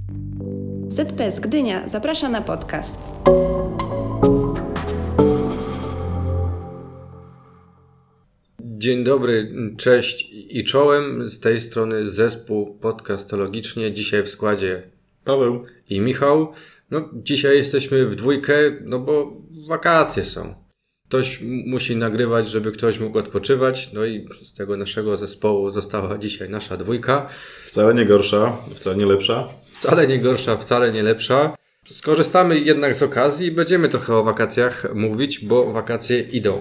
ZPS Gdynia zaprasza na podcast. Dzień dobry, cześć i czołem. Z tej strony zespół podcastologicznie. Dzisiaj w składzie Paweł i Michał. Dzisiaj jesteśmy w dwójkę, bo wakacje są. Ktoś musi nagrywać, żeby ktoś mógł odpoczywać. I z tego naszego zespołu została dzisiaj nasza dwójka. Wcale nie gorsza, wcale nie lepsza. Wcale nie gorsza, wcale nie lepsza. Skorzystamy jednak z okazji i będziemy trochę o wakacjach mówić, bo wakacje idą.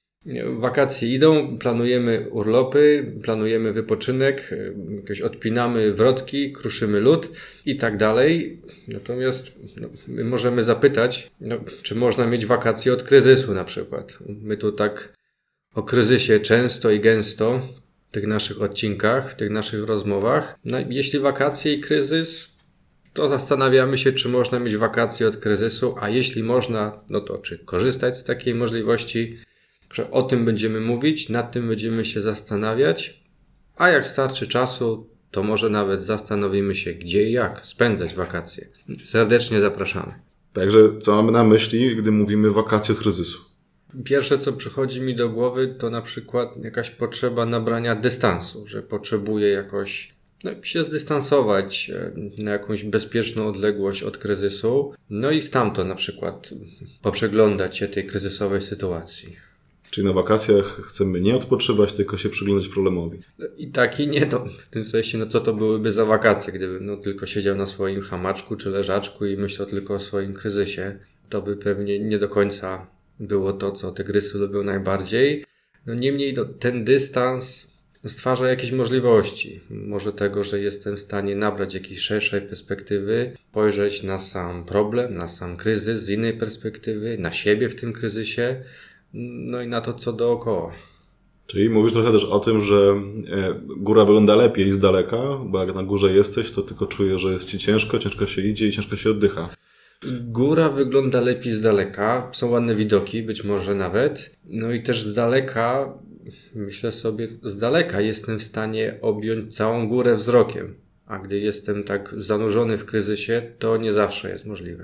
Wakacje idą, planujemy urlopy, planujemy wypoczynek, jakoś odpinamy wrotki, kruszymy lód i tak dalej. Natomiast my możemy zapytać, czy można mieć wakacje od kryzysu na przykład. My tu tak o kryzysie często i gęsto w tych naszych odcinkach, w tych naszych rozmowach. Jeśli wakacje i kryzys, to zastanawiamy się, czy można mieć wakacje od kryzysu, a jeśli można, to czy korzystać z takiej możliwości. O tym będziemy mówić, nad tym będziemy się zastanawiać, a jak starczy czasu, to może nawet zastanowimy się, gdzie i jak spędzać wakacje. Serdecznie zapraszamy. Także co mamy na myśli, gdy mówimy wakacje od kryzysu? Pierwsze, co przychodzi mi do głowy, to na przykład jakaś potrzeba nabrania dystansu, że potrzebuję jakoś się zdystansować na jakąś bezpieczną odległość od kryzysu, i stamtąd na przykład poprzeglądać się tej kryzysowej sytuacji. Czyli na wakacjach chcemy nie odpoczywać, tylko się przyglądać problemowi. I tak i nie, w tym sensie, co to byłyby za wakacje, gdybym tylko siedział na swoim hamaczku czy leżaczku i myślał tylko o swoim kryzysie. To by pewnie nie do końca było to, co tygrysy lubią najbardziej. Niemniej ten dystans stwarza jakieś możliwości. Może tego, że jestem w stanie nabrać jakiejś szerszej perspektywy, spojrzeć na sam problem, na sam kryzys z innej perspektywy, na siebie w tym kryzysie, i na to, co dookoła. Czyli mówisz trochę też o tym, że góra wygląda lepiej z daleka, bo jak na górze jesteś, to tylko czujesz, że jest ci ciężko się idzie i ciężko się oddycha. Góra wygląda lepiej z daleka, są ładne widoki, być może nawet. I też z daleka, myślę sobie, z daleka jestem w stanie objąć całą górę wzrokiem. A gdy jestem tak zanurzony w kryzysie, to nie zawsze jest możliwe.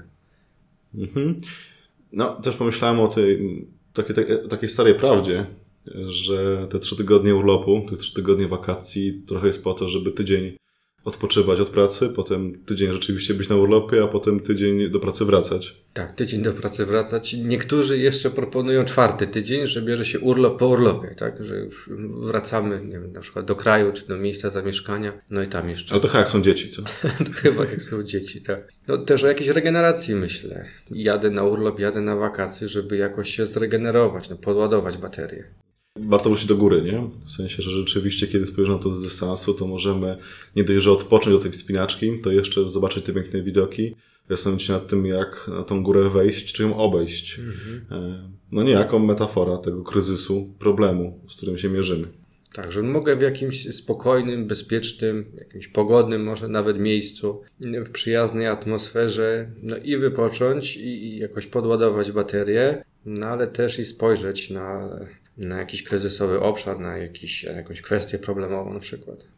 Też pomyślałem o takiej starej prawdzie, że te 3 tygodnie urlopu, te 3 tygodnie wakacji trochę jest po to, żeby tydzień odpoczywać od pracy, potem tydzień rzeczywiście być na urlopie, a potem tydzień do pracy wracać. Tak, tydzień do pracy wracać. Niektórzy jeszcze proponują 4. tydzień, że bierze się urlop po urlopie, tak? Że już wracamy, na przykład do kraju, czy do miejsca zamieszkania, i tam jeszcze. Ale to chyba jak są dzieci, co? To chyba jak są dzieci, tak. Też o jakiejś regeneracji myślę. Jadę na urlop, jadę na wakacje, żeby jakoś się zregenerować, podładować baterię. Warto wrócić do góry, nie? W sensie, że rzeczywiście, kiedy spojrzymy na to z dystansu, to możemy nie dość, że odpocząć do tej wspinaczki, to jeszcze zobaczyć te piękne widoki, zastanowić się nad tym, jak na tą górę wejść, czy ją obejść. Niejako metafora tego kryzysu, problemu, z którym się mierzymy. Tak, że mogę w jakimś spokojnym, bezpiecznym, jakimś pogodnym może nawet miejscu, w przyjaznej atmosferze, i wypocząć i jakoś podładować baterię, ale też i spojrzeć na jakiś kryzysowy obszar, na jakąś kwestię problemową na przykład.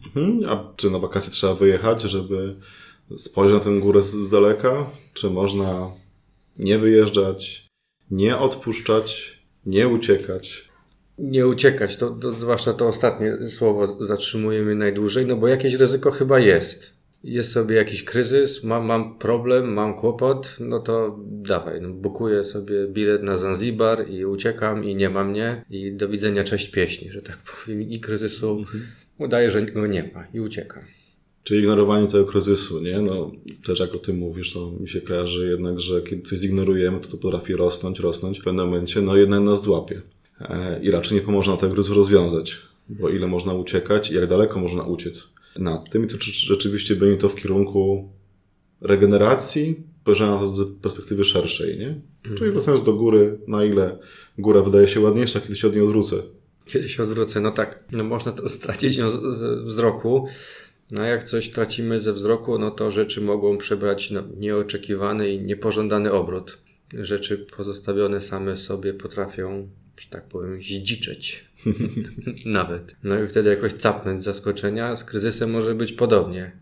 A czy na wakacje trzeba wyjechać, żeby spojrzeć na tę górę z daleka? Czy można nie wyjeżdżać, nie odpuszczać, nie uciekać? Nie uciekać, to zwłaszcza to ostatnie słowo zatrzymuje mnie najdłużej, bo jakieś ryzyko chyba jest. Jest sobie jakiś kryzys, mam problem, mam kłopot, to dawaj, bukuję sobie bilet na Zanzibar i uciekam i nie ma mnie i do widzenia, cześć pieśni, że tak powiem, i kryzysu udaję, że go nie ma i uciekam. Czyli ignorowanie tego kryzysu, nie? Też jak o tym mówisz, to mi się kojarzy jednak, że kiedy coś zignorujemy, to potrafi rosnąć, w pewnym momencie, jednak nas złapie. I raczej nie pomoże na tego kryzysu rozwiązać, bo ile można uciekać i jak daleko można uciec nad tym, i to rzeczywiście będzie to w kierunku regeneracji, spojrzenia na to z perspektywy szerszej, nie? Czyli wracając do góry, na ile góra wydaje się ładniejsza, kiedy się od niej odwrócę. Kiedy się odwrócę, tak. Można to stracić ją z wzroku. Jak coś tracimy ze wzroku, to rzeczy mogą przybrać nieoczekiwany i niepożądany obrót. Rzeczy pozostawione same sobie potrafią, że tak powiem, zdziczeć. Nawet. I wtedy jakoś capnąć z zaskoczenia. Z kryzysem może być podobnie.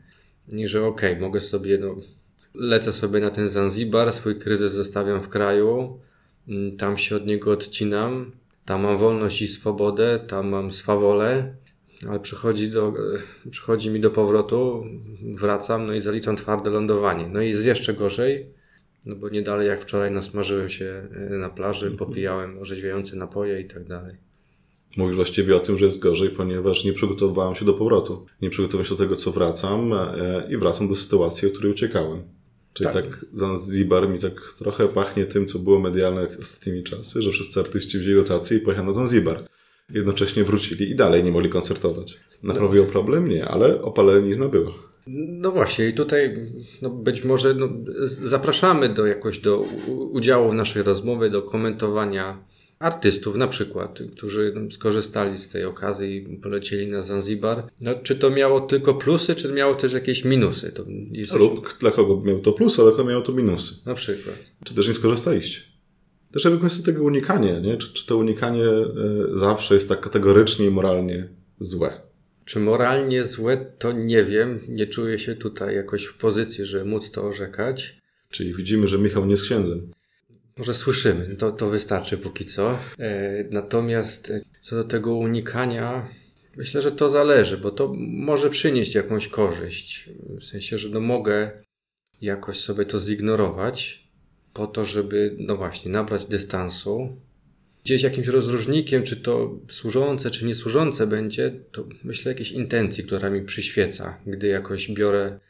I że mogę sobie, lecę sobie na ten Zanzibar, swój kryzys zostawiam w kraju, tam się od niego odcinam, tam mam wolność i swobodę, tam mam swawolę, ale przychodzi mi do powrotu, wracam, i zaliczam twarde lądowanie. No i jest jeszcze gorzej, bo nie dalej jak wczoraj nasmażyłem się na plaży, popijałem orzeźwiające napoje i tak dalej. Mówisz właściwie o tym, że jest gorzej, ponieważ nie przygotowywałem się do powrotu. Nie przygotowałem się do tego, co wracam i wracam do sytuacji, o której uciekałem. Czyli tak Zanzibar mi tak trochę pachnie tym, co było medialne ostatnimi czasy, że wszyscy artyści wzięli rotację i pojechali na Zanzibar. Jednocześnie wrócili i dalej nie mogli koncertować. Naprawiło problem? Nie, ale opalenizna była. No właśnie i tutaj być może zapraszamy do udziału w naszej rozmowie, do komentowania artystów na przykład, którzy skorzystali z tej okazji i polecieli na Zanzibar. Czy to miało tylko plusy, czy miało też jakieś minusy? Lub dla kogo miało to plusy, a dla kogo miało to minusy. Na przykład. Czy też nie skorzystaliście? Też jakby kwestia tego unikania, nie? Czy to unikanie zawsze jest tak kategorycznie i moralnie złe? Czy moralnie złe, to nie wiem. Nie czuję się tutaj jakoś w pozycji, żeby móc to orzekać. Czyli widzimy, że Michał nie jest księdzem. Może słyszymy, to wystarczy póki co. Natomiast co do tego unikania, myślę, że to zależy, bo to może przynieść jakąś korzyść. W sensie, że mogę jakoś sobie to zignorować po to, żeby, nabrać dystansu. Gdzieś jakimś rozróżnikiem, czy to służące, czy niesłużące będzie, to myślę jakiejś intencji, która mi przyświeca, gdy jakoś biorę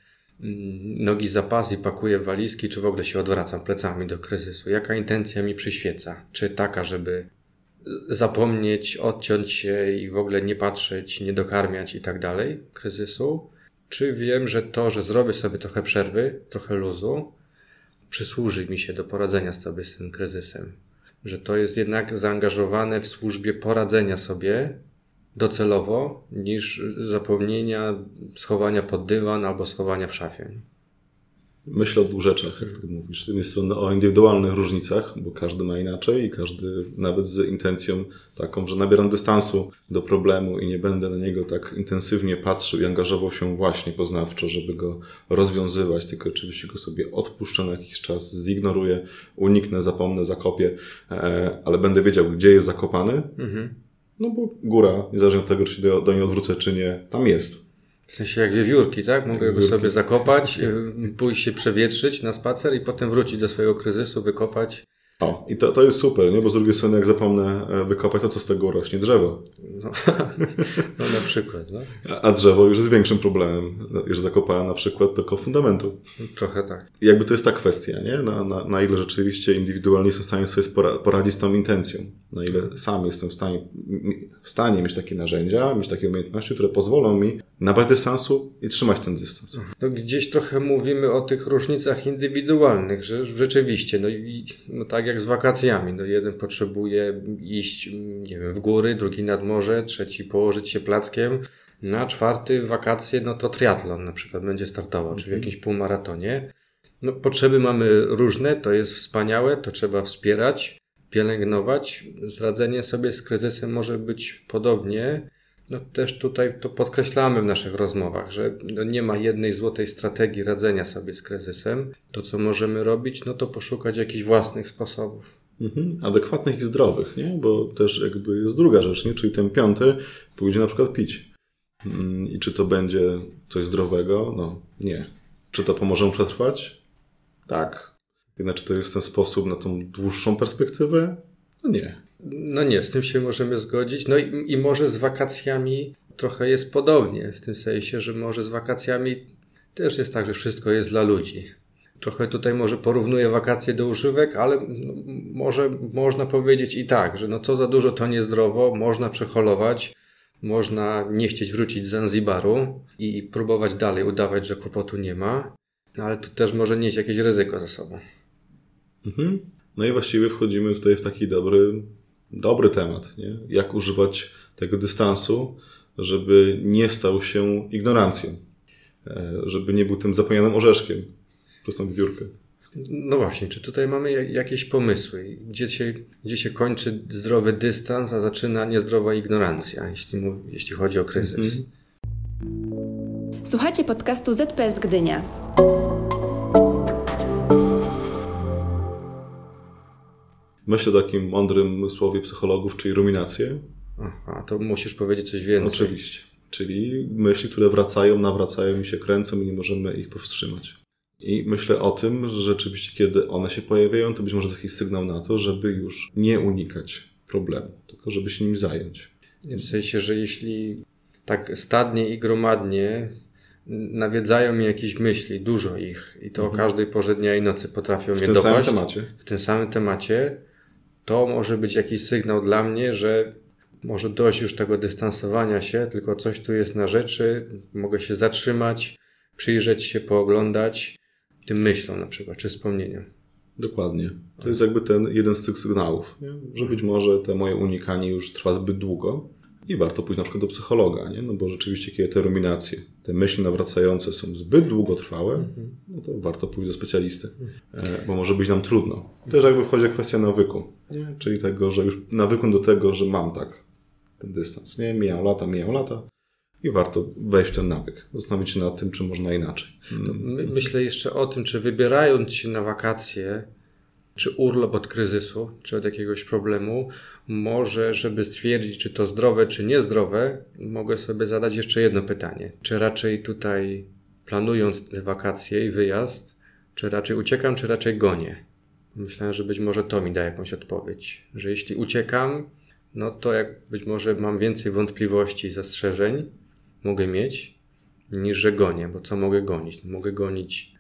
nogi za pas i pakuję walizki, czy w ogóle się odwracam plecami do kryzysu. Jaka intencja mi przyświeca? Czy taka, żeby zapomnieć, odciąć się i w ogóle nie patrzeć, nie dokarmiać i tak dalej kryzysu? Czy wiem, że to, że zrobię sobie trochę przerwy, trochę luzu, przysłuży mi się do poradzenia sobie z tym kryzysem? Że to jest jednak zaangażowane w służbie poradzenia sobie docelowo, niż zapomnienia, schowania pod dywan albo schowania w szafie. Myślę o dwóch rzeczach, jak ty mówisz. Z jednej strony o indywidualnych różnicach, bo każdy ma inaczej i każdy nawet z intencją taką, że nabieram dystansu do problemu i nie będę na niego tak intensywnie patrzył i angażował się właśnie poznawczo, żeby go rozwiązywać, tylko oczywiście go sobie odpuszczę na jakiś czas, zignoruję, uniknę, zapomnę, zakopię, ale będę wiedział, gdzie jest zakopany. No bo góra, niezależnie od tego, czy się do niej odwrócę, czy nie, tam jest. W sensie jak wiewiórki, tak? Mogę go sobie zakopać, pójść się przewietrzyć na spacer i potem wrócić do swojego kryzysu, wykopać. O, i to jest super, nie? Bo z drugiej strony jak zapomnę wykopać, to co z tego rośnie? Drzewo. No na przykład. No. A drzewo już jest większym problemem, że zakopałem na przykład tylko fundamentu. Trochę tak. I jakby to jest ta kwestia, nie? Na ile rzeczywiście indywidualnie jestem w stanie sobie poradzić z tą intencją. Na ile sam jestem w stanie mieć takie narzędzia, mieć takie umiejętności, które pozwolą mi nabrać dystansu i trzymać ten dystans. No gdzieś trochę mówimy o tych różnicach indywidualnych, że rzeczywiście, tak jak z wakacjami, jeden potrzebuje iść, nie wiem, w góry, drugi nad morze, trzeci położyć się plackiem, a czwarty wakacje, to triatlon na przykład będzie startował, czy w jakimś półmaratonie. Potrzeby mamy różne, to jest wspaniałe, to trzeba wspierać, pielęgnować. Radzenie sobie z kryzysem może być podobnie. Też tutaj to podkreślamy w naszych rozmowach, że nie ma jednej złotej strategii radzenia sobie z kryzysem. To, co możemy robić, to poszukać jakichś własnych sposobów. Adekwatnych i zdrowych, nie? Bo też jakby jest druga rzecz, nie? Czyli ten piąty pójdzie na przykład pić. I czy to będzie coś zdrowego? Nie. Czy to pomoże mu przetrwać? Tak. Jednak czy to jest ten sposób na tą dłuższą perspektywę? Nie. Nie, z tym się możemy zgodzić. I może z wakacjami trochę jest podobnie, w tym sensie, że może z wakacjami też jest tak, że wszystko jest dla ludzi. Trochę tutaj może porównuję wakacje do używek, ale może można powiedzieć i tak, że co za dużo to niezdrowo, można przeholować, można nie chcieć wrócić z Zanzibaru i próbować dalej udawać, że kłopotu nie ma, ale to też może nieść jakieś ryzyko za sobą. No i właściwie wchodzimy tutaj w taki dobry temat, nie? Jak używać tego dystansu, żeby nie stał się ignorancją, żeby nie był tym zapomnianym orzeszkiem przez tą wiewiórkę. No właśnie, czy tutaj mamy jakieś pomysły? Gdzie się kończy zdrowy dystans, a zaczyna niezdrowa ignorancja, jeśli chodzi o kryzys? Słuchacie podcastu ZPS Gdynia. Myślę o takim mądrym słowie psychologów, czyli ruminacje. Aha, to musisz powiedzieć coś więcej. Oczywiście. Czyli myśli, które nawracają i się kręcą i nie możemy ich powstrzymać. I myślę o tym, że rzeczywiście kiedy one się pojawiają, to być może taki sygnał na to, żeby już nie unikać problemu, tylko żeby się nim zająć. W sensie, że jeśli tak stadnie i gromadnie nawiedzają mnie jakieś myśli, dużo ich i to o każdej porze dnia i nocy potrafią mnie dopaść. W tym samym temacie, to może być jakiś sygnał dla mnie, że może dość już tego dystansowania się, tylko coś tu jest na rzeczy, mogę się zatrzymać, przyjrzeć się, pooglądać tym myślom na przykład, czy wspomnieniom. Dokładnie. To jest jakby ten jeden z tych sygnałów, nie? Że być może te moje unikanie już trwa zbyt długo i warto pójść na przykład do psychologa, nie? No bo rzeczywiście kiedy te ruminacje, te myśli nawracające są zbyt długotrwałe, no to warto pójść do specjalisty, bo może być nam trudno. Też jakby wchodzi kwestia nawyku, nie? Czyli tego, że już nawykłem do tego, że mam tak ten dystans, nie? Mijają lata i warto wejść w ten nawyk, zastanowić się nad tym, czy można inaczej. Myślę jeszcze o tym, czy wybierając się na wakacje, czy urlop od kryzysu, czy od jakiegoś problemu, może, żeby stwierdzić, czy to zdrowe, czy niezdrowe, mogę sobie zadać jeszcze jedno pytanie. Czy raczej tutaj planując te wakacje i wyjazd, czy raczej uciekam, czy raczej gonię? Myślałem, że być może to mi da jakąś odpowiedź, że jeśli uciekam, no to jak być może mam więcej wątpliwości i zastrzeżeń, mogę mieć, niż że gonię, bo co mogę gonić? Mogę gonić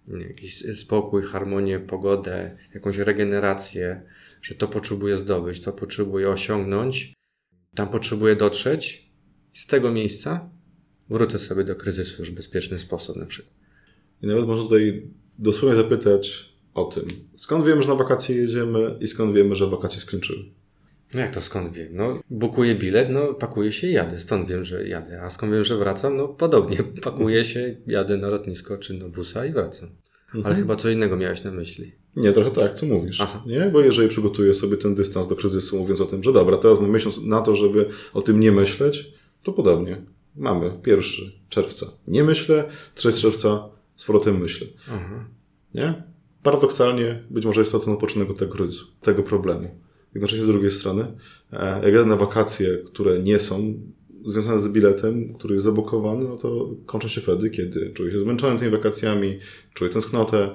jakiś spokój, harmonię, pogodę, jakąś regenerację, że to potrzebuję zdobyć, to potrzebuję osiągnąć, tam potrzebuję dotrzeć i z tego miejsca wrócę sobie do kryzysu już w bezpieczny sposób na przykład. I nawet można tutaj dosłownie zapytać o tym, skąd wiemy, że na wakacje jedziemy i skąd wiemy, że wakacje skończyły. No jak to skąd wiem? No bukuję bilet, no pakuję się i jadę. Stąd wiem, że jadę. A skąd wiem, że wracam? No podobnie. Pakuję się, jadę na lotnisko czy na busa i wracam. Ale chyba co innego miałeś na myśli. Nie, trochę tak, co mówisz. Aha. Nie? Bo jeżeli przygotuję sobie ten dystans do kryzysu, mówiąc o tym, że dobra, teraz mam miesiąc na to, żeby o tym nie myśleć, to podobnie. Mamy 1 czerwca. Nie myślę, 3 czerwca z powrotem myślę. Aha. Nie? Paradoksalnie być może jest to ten odpoczynek od tego kryzysu, tego problemu. Jednocześnie z drugiej strony, jak jadę na wakacje, które nie są związane z biletem, który jest zabukowany, no to kończą się wtedy, kiedy czuję się zmęczony tymi wakacjami, czuję tęsknotę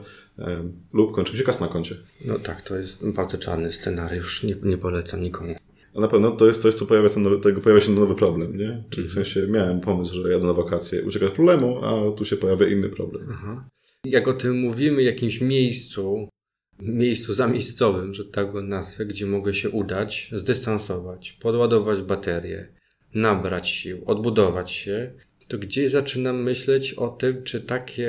lub kończy mi się kas na koncie. No tak, to jest bardzo czarny scenariusz. Nie polecam nikomu. A na pewno to jest coś, co pojawia się nowy problem, nie? Czyli w sensie miałem pomysł, że jadę na wakacje, uciekać od problemu, a tu się pojawia inny problem. Aha. Jak o tym mówimy w jakimś miejscu zamiejscowym, że tak go nazwę, gdzie mogę się udać, zdystansować, podładować baterię, nabrać sił, odbudować się, to gdzieś zaczynam myśleć o tym, czy takie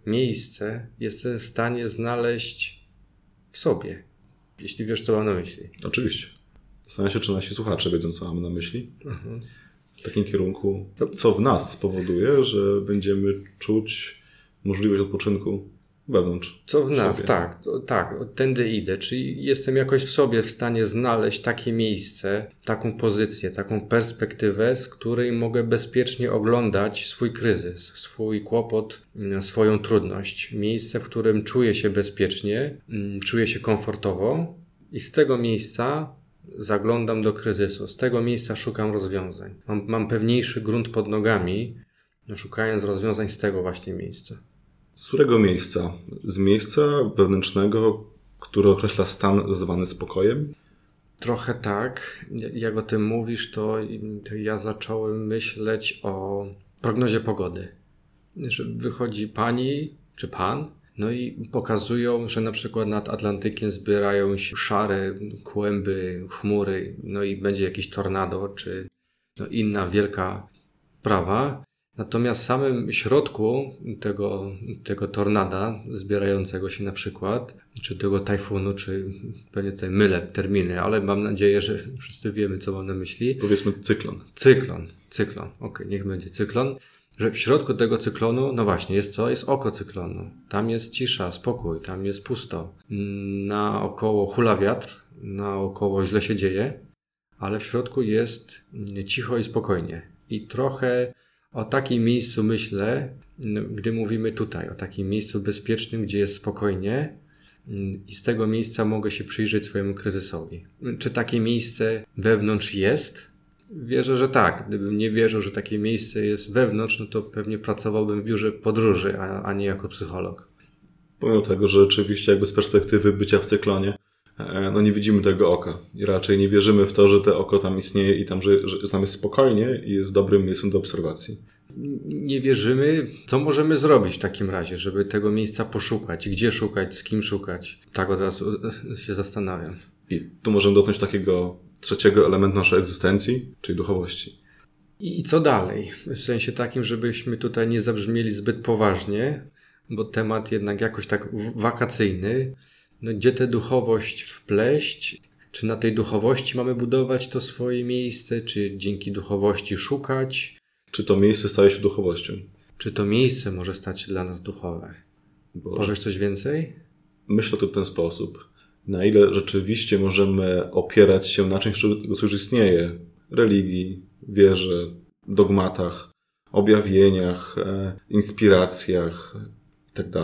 miejsce jestem w stanie znaleźć w sobie. Jeśli wiesz, co mam na myśli. Oczywiście. Zastanawiam się, czy nasi słuchacze wiedzą, co mamy na myśli. W takim kierunku, co w nas spowoduje, że będziemy czuć możliwość odpoczynku wewnątrz. Co w nas, tak, tędy idę. Czyli jestem jakoś w sobie w stanie znaleźć takie miejsce, taką pozycję, taką perspektywę, z której mogę bezpiecznie oglądać swój kryzys, swój kłopot, swoją trudność. Miejsce, w którym czuję się bezpiecznie, czuję się komfortowo i z tego miejsca zaglądam do kryzysu. Z tego miejsca szukam rozwiązań. Mam pewniejszy grunt pod nogami, szukając rozwiązań z tego właśnie miejsca. Z którego miejsca? Z miejsca wewnętrznego, które określa stan zwany spokojem? Trochę tak. Jak o tym mówisz, to ja zacząłem myśleć o prognozie pogody. Że wychodzi pani czy pan, no i pokazują, że na przykład nad Atlantykiem zbierają się szare kłęby, chmury, no i będzie jakieś tornado, czy inna wielka prawa. Natomiast w samym środku tego tornada zbierającego się na przykład, czy tego tajfunu, czy pewnie tutaj mylę terminy, ale mam nadzieję, że wszyscy wiemy, co mam na myśli. Powiedzmy cyklon. Cyklon. Okej, niech będzie cyklon. Że w środku tego cyklonu, no właśnie, jest co? Jest oko cyklonu. Tam jest cisza, spokój, tam jest pusto. Naokoło hula wiatr, naokoło źle się dzieje, ale w środku jest cicho i spokojnie. I trochę O takim miejscu myślę, gdy mówimy tutaj, o takim miejscu bezpiecznym, gdzie jest spokojnie i z tego miejsca mogę się przyjrzeć swojemu kryzysowi. Czy takie miejsce wewnątrz jest? Wierzę, że tak. Gdybym nie wierzył, że takie miejsce jest wewnątrz, no to pewnie pracowałbym w biurze podróży, a nie jako psycholog. Pomimo tego, że oczywiście jakby z perspektywy bycia w cyklonie, no nie widzimy tego oka i raczej nie wierzymy w to, że to oko tam istnieje i tam, że tam jest spokojnie i jest dobrym miejscem do obserwacji. Nie wierzymy, co możemy zrobić w takim razie, żeby tego miejsca poszukać, gdzie szukać, z kim szukać. Tak od razu się zastanawiam. I tu możemy dotknąć takiego trzeciego elementu naszej egzystencji, czyli duchowości. I co dalej? W sensie takim, żebyśmy tutaj nie zabrzmieli zbyt poważnie, bo temat jednak jakoś tak wakacyjny. No, gdzie tę duchowość wpleść? Czy na tej duchowości mamy budować to swoje miejsce? Czy dzięki duchowości szukać? Czy to miejsce staje się duchowością? Czy to miejsce może stać się dla nas duchowe? Powiesz coś więcej? Myślę to w ten sposób. Na ile rzeczywiście możemy opierać się na czymś, co już istnieje, religii, wierze, dogmatach, objawieniach, inspiracjach itd.,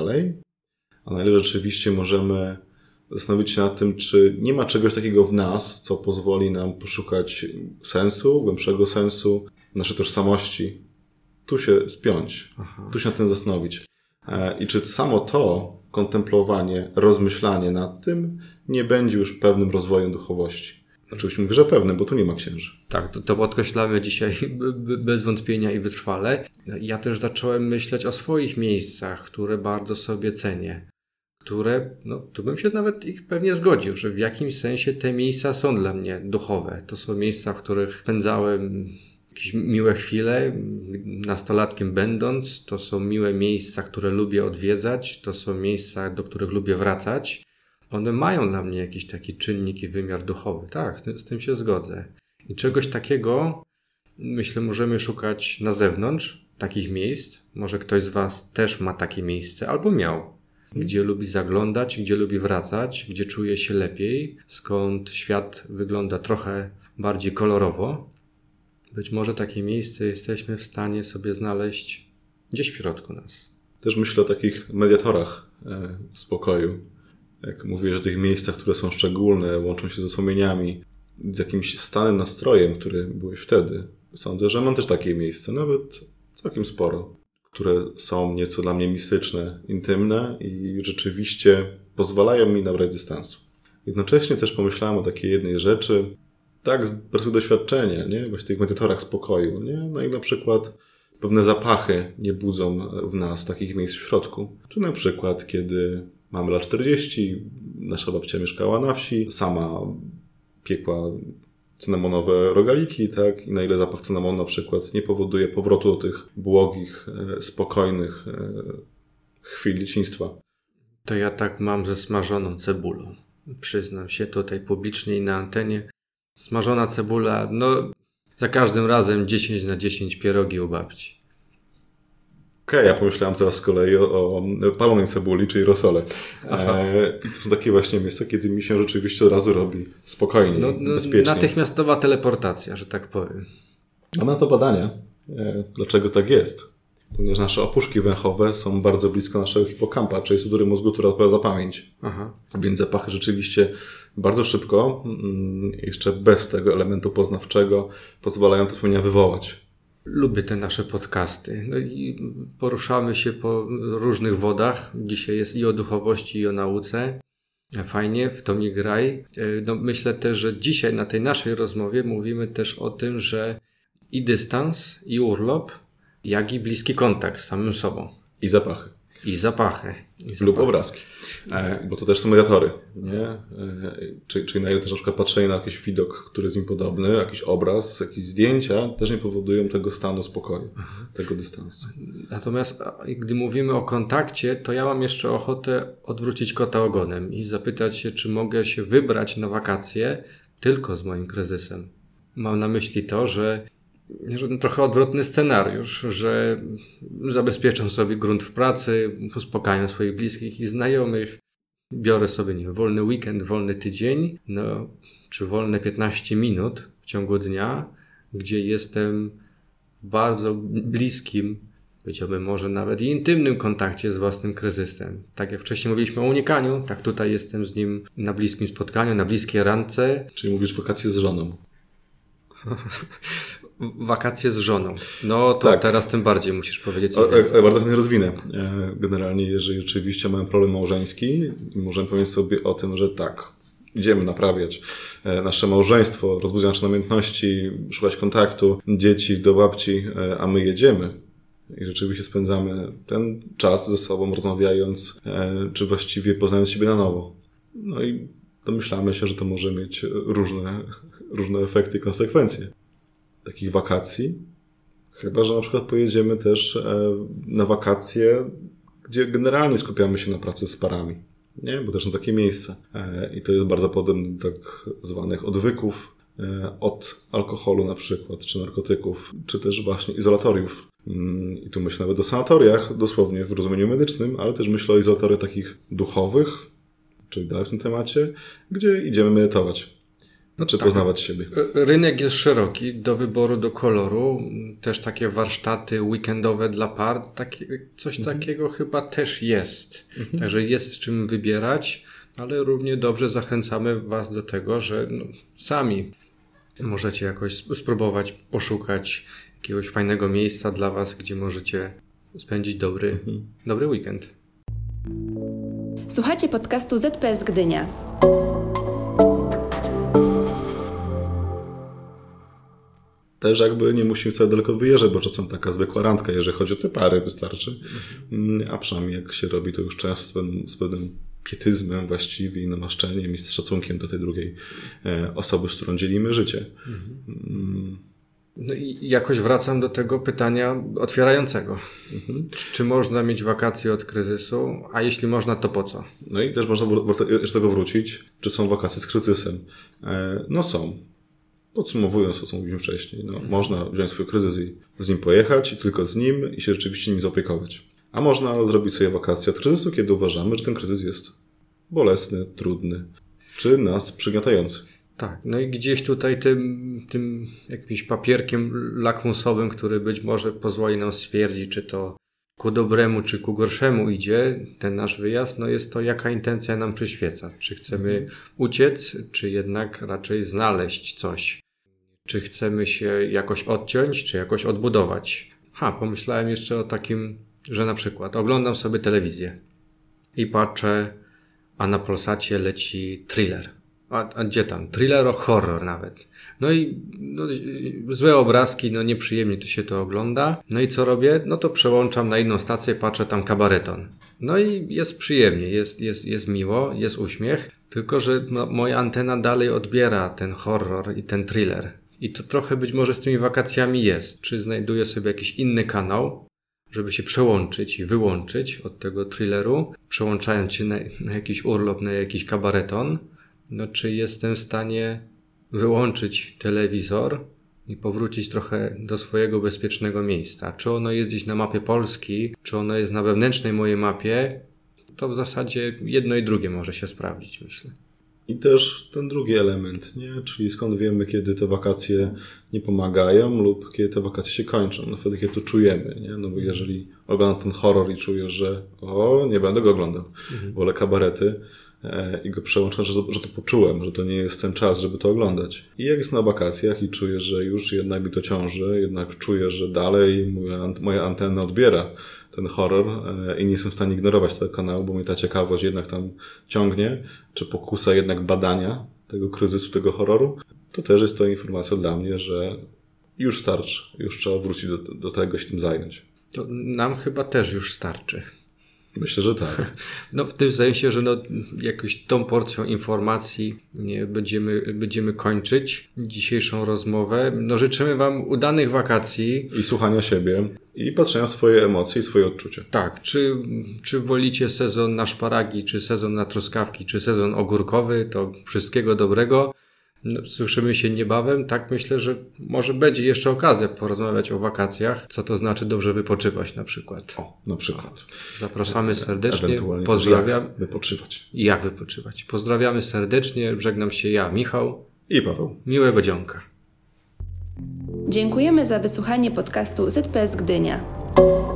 a na ile rzeczywiście możemy zastanowić się nad tym, czy nie ma czegoś takiego w nas, co pozwoli nam poszukać sensu, głębszego sensu, naszej tożsamości, tu się spiąć, tu się nad tym zastanowić. I czy samo to kontemplowanie, rozmyślanie nad tym nie będzie już pewnym rozwojem duchowości. Oczywiście mówię, że pewnym, bo tu nie ma księży. Tak, to podkreślamy dzisiaj bez wątpienia i wytrwale. Ja też zacząłem myśleć o swoich miejscach, które bardzo sobie cenię. Które, tu bym się nawet ich pewnie zgodził, że w jakimś sensie te miejsca są dla mnie duchowe. To są miejsca, w których spędzałem jakieś miłe chwile, nastolatkiem będąc. To są miłe miejsca, które lubię odwiedzać. To są miejsca, do których lubię wracać. One mają dla mnie jakiś taki czynnik i wymiar duchowy. Tak, z tym się zgodzę. I czegoś takiego, myślę, możemy szukać na zewnątrz, takich miejsc. Może ktoś z Was też ma takie miejsce, albo miał. Gdzie lubi zaglądać, gdzie lubi wracać, gdzie czuje się lepiej, skąd świat wygląda trochę bardziej kolorowo. Być może takie miejsce jesteśmy w stanie sobie znaleźć gdzieś w środku nas. Też myślę o takich mediatorach spokoju. Jak mówię, że tych miejscach, które są szczególne, łączą się ze wspomnieniami, z jakimś stanem, nastrojem, który byłeś wtedy. Sądzę, że mam też takie miejsce, nawet całkiem sporo, które są nieco dla mnie mistyczne, intymne i rzeczywiście pozwalają mi nabrać dystansu. Jednocześnie też pomyślałem o takiej jednej rzeczy, tak z perspektywy doświadczenia, nie? Właśnie tych medytorach spokoju, nie? No i na przykład pewne zapachy nie budzą w nas takich miejsc w środku. Czy na przykład, kiedy mamy lat 40, nasza babcia mieszkała na wsi, sama piekła cynamonowe rogaliki, tak? I na ile zapach cynamonu na przykład nie powoduje powrotu do tych błogich, spokojnych chwil dzieciństwa. To ja tak mam ze smażoną cebulą. Przyznam się tutaj publicznie i na antenie. Smażona cebula, za każdym razem 10/10 pierogi u babci. Okej, ja pomyślałem teraz z kolei o palonej cebuli, czyli rosole. I to są takie właśnie miejsca, kiedy mi się rzeczywiście od razu robi spokojnie, bezpiecznie. Natychmiastowa teleportacja, że tak powiem. A na to badania, dlaczego tak jest? Ponieważ nasze opuszki węchowe są bardzo blisko naszego hipokampa, czyli struktury mózgu, która odpowiada za pamięć. Aha. Więc zapachy rzeczywiście bardzo szybko, jeszcze bez tego elementu poznawczego, pozwalają te wspomnienia wywołać. Lubię te nasze podcasty. I poruszamy się po różnych wodach. Dzisiaj jest i o duchowości, i o nauce. Fajnie, w to mi graj. Myślę też, że dzisiaj na tej naszej rozmowie mówimy też o tym, że i dystans, i urlop, jak i bliski kontakt z samym sobą. I zapachy. I zapachy. Lub obrazki. Bo to też są mediatory, nie? Czyli na ile też na przykład patrzenie na jakiś widok, który jest im podobny, jakiś obraz, jakieś zdjęcia też nie powodują tego stanu spokoju, tego dystansu. Natomiast gdy mówimy o kontakcie, to ja mam jeszcze ochotę odwrócić kota ogonem i zapytać się, czy mogę się wybrać na wakacje tylko z moim kryzysem. Mam na myśli to, że trochę odwrotny scenariusz, że zabezpieczam sobie grunt w pracy, uspokajam swoich bliskich i znajomych, biorę sobie, wolny weekend, wolny tydzień, czy wolne 15 minut w ciągu dnia, gdzie jestem w bardzo bliskim, powiedziałbym może nawet i intymnym kontakcie z własnym kryzysem. Tak jak wcześniej mówiliśmy o unikaniu, tak tutaj jestem z nim na bliskim spotkaniu, na bliskiej randce. Czyli mówisz wakacje z żoną. Wakacje z żoną. No to tak. Teraz tym bardziej musisz powiedzieć coś więcej. Bardzo chętnie rozwinę. Generalnie, jeżeli rzeczywiście mamy problem małżeński, możemy powiedzieć sobie o tym, że tak, idziemy naprawiać nasze małżeństwo, rozbudzić nasze namiętności, szukać kontaktu, dzieci do babci, a my jedziemy. I rzeczywiście spędzamy ten czas ze sobą, rozmawiając, czy właściwie poznając siebie na nowo. No i domyślamy się, że to może mieć różne efekty i konsekwencje takich wakacji. Chyba że na przykład pojedziemy też na wakacje, gdzie generalnie skupiamy się na pracy z parami. Nie? Bo też są takie miejsca. I to jest bardzo podobne do tak zwanych odwyków od alkoholu na przykład, czy narkotyków, czy też właśnie izolatoriów. I tu myślę nawet o sanatoriach, dosłownie w rozumieniu medycznym, ale też myślę o izolatoriach takich duchowych, czyli dalej w tym temacie, gdzie idziemy medytować. Czy poznawać siebie. Rynek jest szeroki, do wyboru, do koloru. Też takie warsztaty weekendowe dla par. Coś takiego chyba też jest. Także jest czym wybierać, ale równie dobrze zachęcamy Was do tego, że sami możecie jakoś spróbować poszukać jakiegoś fajnego miejsca dla Was, gdzie możecie spędzić dobry weekend. Słuchacie podcastu ZPS Gdynia. Też jakby nie musimy wcale daleko wyjeżdżać, bo czasem taka zwykła randka, jeżeli chodzi o te pary, wystarczy. A przynajmniej jak się robi, to już często z pewnym pietyzmem właściwie i namaszczeniem i z szacunkiem do tej drugiej osoby, z którą dzielimy życie. No i jakoś wracam do tego pytania otwierającego. Czy można mieć wakacje od kryzysu? A jeśli można, to po co? No i też można jeszcze do tego wrócić. Czy są wakacje z kryzysem? No są. Podsumowując to, co mówiliśmy wcześniej, można wziąć swój kryzys i z nim pojechać i tylko z nim i się rzeczywiście nim zaopiekować. A można zrobić sobie wakacje od kryzysu, kiedy uważamy, że ten kryzys jest bolesny, trudny, czy nas przygniatający. Tak, no i gdzieś tutaj tym jakimś papierkiem lakmusowym, który być może pozwoli nam stwierdzić, czy to ku dobremu, czy ku gorszemu idzie ten nasz wyjazd, jest to, jaka intencja nam przyświeca. Czy chcemy uciec, czy jednak raczej znaleźć coś. Czy chcemy się jakoś odciąć, czy jakoś odbudować. Pomyślałem jeszcze o takim, że na przykład oglądam sobie telewizję i patrzę, a na Polsacie leci thriller. A gdzie tam? Thriller, horror nawet. Złe obrazki, nieprzyjemnie to się to ogląda. No i co robię? To przełączam na inną stację, patrzę tam kabareton. No i jest przyjemnie, jest miło, jest uśmiech, tylko że moja antena dalej odbiera ten horror i ten thriller. I to trochę być może z tymi wakacjami jest. Czy znajduję sobie jakiś inny kanał, żeby się przełączyć i wyłączyć od tego thrilleru, przełączając się na jakiś urlop, na jakiś kabareton, czy jestem w stanie wyłączyć telewizor i powrócić trochę do swojego bezpiecznego miejsca. Czy ono jest gdzieś na mapie Polski, czy ono jest na wewnętrznej mojej mapie, to w zasadzie jedno i drugie może się sprawdzić, myślę. I też ten drugi element, nie? Czyli skąd wiemy, kiedy te wakacje nie pomagają lub kiedy te wakacje się kończą. Wtedy, kiedy to czujemy, nie? Bo jeżeli oglądam ten horror i czuję, że nie będę go oglądał, wolę kabarety, i go przełączam, że to poczułem, że to nie jest ten czas, żeby to oglądać. I jak jest na wakacjach i czuję, że już jednak mi to ciąży, jednak czuję, że dalej moja antena odbiera ten horror i nie jestem w stanie ignorować tego kanału, bo mnie ta ciekawość jednak tam ciągnie, czy pokusa jednak badania tego kryzysu, tego horroru, to też jest to informacja dla mnie, że już starczy, już trzeba wrócić do tego, się tym zająć. To nam chyba też już starczy. Myślę, że tak. W tym sensie, że jakoś tą porcją informacji będziemy kończyć dzisiejszą rozmowę. Życzymy Wam udanych wakacji. I słuchania siebie, i patrzenia w swoje emocje i swoje odczucia. Tak, czy wolicie sezon na szparagi, czy sezon na truskawki, czy sezon ogórkowy, to wszystkiego dobrego. Słyszymy się niebawem. Tak, myślę, że może będzie jeszcze okazja porozmawiać o wakacjach. Co to znaczy dobrze wypoczywać na przykład. Na przykład. Zapraszamy serdecznie. Ewentualnie pozdrawiam. Jak wypoczywać. Jak wypoczywać. Pozdrawiamy serdecznie. Żegnam się ja, Michał. I Paweł. Miłego dzionka. Dziękujemy za wysłuchanie podcastu ZPS Gdynia.